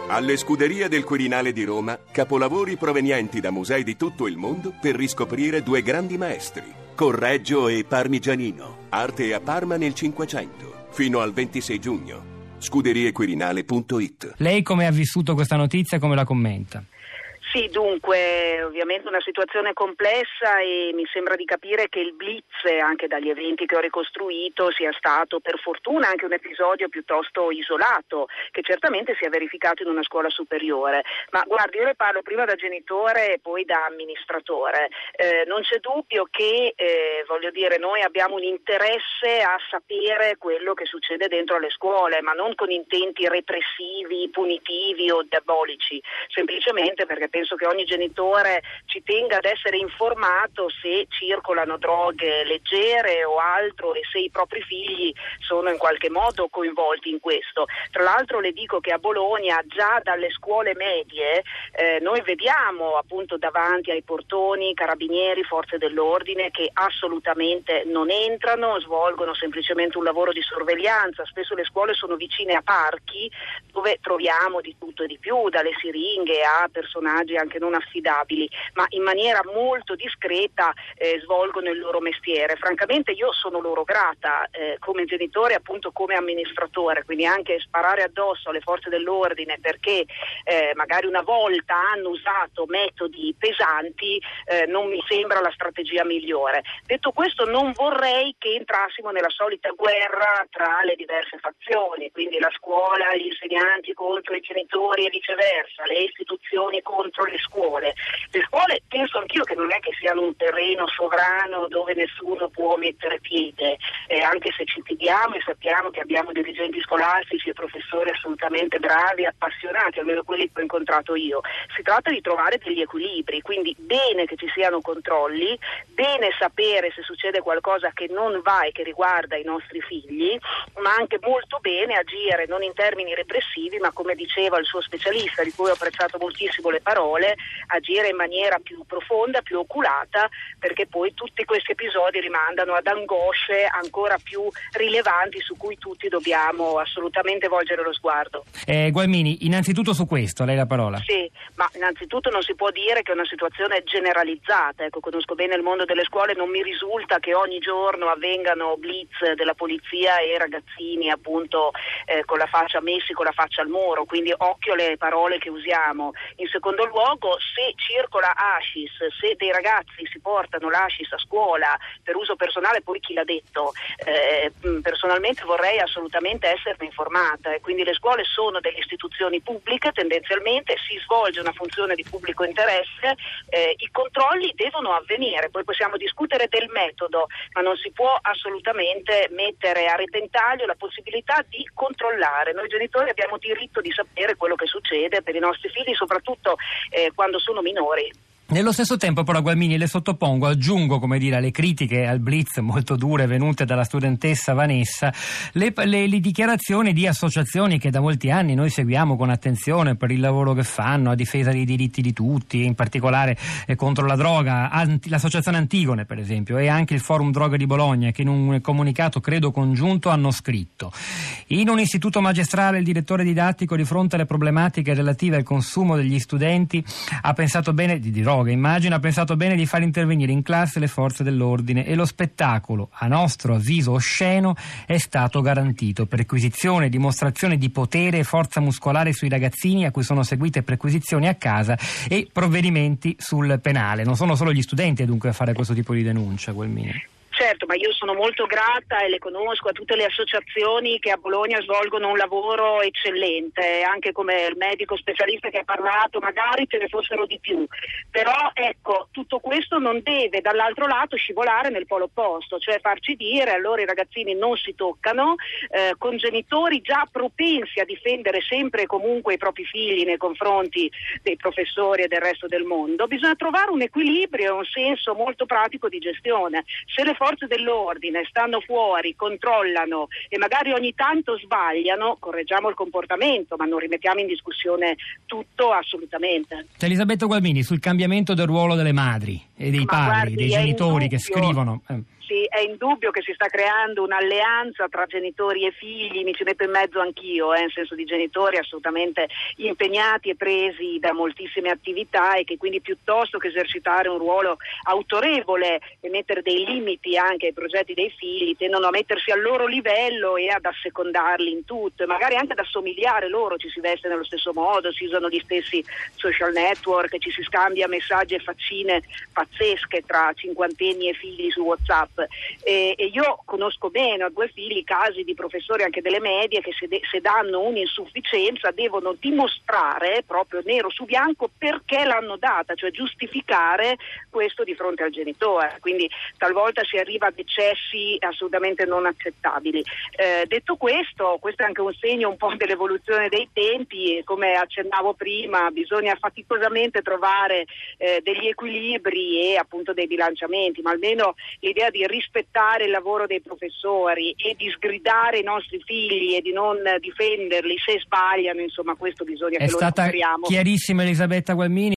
Alle Scuderie del Quirinale di Roma, capolavori provenienti da musei di tutto il mondo per riscoprire due grandi maestri, Correggio e Parmigianino, arte a Parma nel Cinquecento, fino al 26 giugno. Scuderiequirinale.it. Lei come ha vissuto questa notizia e come la commenta? Sì, dunque, ovviamente una situazione complessa e mi sembra di capire che il blitz, anche dagli eventi che ho ricostruito, sia stato per fortuna anche un episodio piuttosto isolato, che certamente si è verificato in una scuola superiore. Ma guardi, io le parlo prima da genitore e poi da amministratore. Non c'è dubbio che, noi abbiamo un interesse a sapere quello che succede dentro alle scuole, ma non con intenti repressivi, punitivi o diabolici, semplicemente perché penso che ogni genitore ci tenga ad essere informato se circolano droghe leggere o altro e se i propri figli sono in qualche modo coinvolti in questo. Tra l'altro le dico che a Bologna già dalle scuole medie noi vediamo appunto davanti ai portoni carabinieri, forze dell'ordine che assolutamente non entrano, svolgono semplicemente un lavoro di sorveglianza. Spesso le scuole sono vicine a parchi dove troviamo di tutto e di più, dalle siringhe a personaggi anche non affidabili, ma in maniera molto discreta svolgono il loro mestiere. Francamente io sono loro grata come genitore, appunto come amministratore, quindi anche sparare addosso alle forze dell'ordine perché magari una volta hanno usato metodi pesanti non mi sembra la strategia migliore. Detto questo, non vorrei che entrassimo nella solita guerra tra le diverse fazioni, quindi la scuola, gli insegnanti contro i genitori e viceversa, le istituzioni contro le scuole. Le scuole penso anch'io che non è che siano un terreno sovrano dove nessuno può mettere piede, anche se ci fidiamo e sappiamo che abbiamo dirigenti scolastici e professori assolutamente bravi, appassionati, almeno quelli che ho incontrato io. Si tratta di trovare degli equilibri, quindi bene che ci siano controlli, bene sapere se succede qualcosa che non va e che riguarda i nostri figli, ma anche molto bene agire non in termini repressivi, ma come diceva il suo specialista, di cui ho apprezzato moltissimo le parole, agire in maniera più profonda, più oculata, perché poi tutti questi episodi rimandano ad angosce ancora più rilevanti su cui tutti dobbiamo assolutamente volgere lo sguardo. Gualmini, innanzitutto su questo, lei la parola. Sì, ma innanzitutto non si può dire che è una situazione generalizzata. Ecco, conosco bene il mondo delle scuole, non mi risulta che ogni giorno avvengano blitz della polizia e ragazzini appunto con la faccia messi con la faccia al muro, quindi occhio alle parole che usiamo. In secondo luogo, se circola hashish, se dei ragazzi si portano l'hashish a scuola per uso personale, poi chi l'ha detto? Personalmente vorrei assolutamente esserne informata e quindi le scuole sono delle istituzioni pubbliche, tendenzialmente si svolge una funzione di pubblico interesse, i controlli devono avvenire, poi possiamo discutere del metodo, ma non si può assolutamente mettere a repentaglio la possibilità di controllare. Noi genitori abbiamo diritto di sapere quello che succede per i nostri figli, soprattutto quando sono minori. Nello stesso tempo però, Gualmini, le sottopongo, aggiungo alle critiche al blitz molto dure venute dalla studentessa Vanessa, le dichiarazioni di associazioni che da molti anni noi seguiamo con attenzione per il lavoro che fanno a difesa dei diritti di tutti, in particolare contro la droga, l'associazione Antigone per esempio e anche il Forum Droga di Bologna, che in un comunicato credo congiunto hanno scritto: in un istituto magistrale il direttore didattico di fronte alle problematiche relative al consumo degli studenti ha pensato bene di droga, immagino, ha pensato bene di far intervenire in classe le forze dell'ordine e lo spettacolo, a nostro avviso osceno, è stato garantito. Perquisizione, dimostrazione di potere e forza muscolare sui ragazzini a cui sono seguite perquisizioni a casa e provvedimenti sul penale. Non sono solo gli studenti dunque a fare questo tipo di denuncia, Gualmini. Certo, ma io sono molto grata e le conosco a tutte le associazioni che a Bologna svolgono un lavoro eccellente, anche come il medico specialista che ha parlato, magari ce ne fossero di più. Però ecco, tutto questo non deve dall'altro lato scivolare nel polo opposto, cioè farci dire allora i ragazzini non si toccano, con genitori già propensi a difendere sempre e comunque i propri figli nei confronti dei professori e del resto del mondo. Bisogna trovare un equilibrio e un senso molto pratico di gestione. Se le forze dell'ordine stanno fuori, controllano e magari ogni tanto sbagliano, correggiamo il comportamento, ma non rimettiamo in discussione tutto assolutamente. Elisabetta Gualmini, sul cambiamento del ruolo delle madri. E dei padri, dei genitori che scrivono. Sì, è indubbio che si sta creando un'alleanza tra genitori e figli, mi ci metto in mezzo anch'io, in senso di genitori assolutamente impegnati e presi da moltissime attività e che quindi piuttosto che esercitare un ruolo autorevole e mettere dei limiti anche ai progetti dei figli, tendono a mettersi al loro livello e ad assecondarli in tutto e magari anche ad assomigliare loro, ci si veste nello stesso modo, si usano gli stessi social network, ci si scambia messaggi e faccine pazzesche tra cinquantenni e figli su WhatsApp. E io conosco bene, ho 2 figli, casi di professori anche delle medie che se danno un'insufficienza devono dimostrare proprio nero su bianco perché l'hanno data, cioè giustificare questo di fronte al genitore, quindi talvolta si arriva ad eccessi assolutamente non accettabili. Detto questo è anche un segno un po' dell'evoluzione dei tempi e come accennavo prima bisogna faticosamente trovare degli equilibri e appunto dei bilanciamenti, ma almeno l'idea di rispettare il lavoro dei professori e di sgridare i nostri figli e di non difenderli se sbagliano, insomma questo bisogna che lo recuperiamo. È stata chiarissima Elisabetta Gualmini.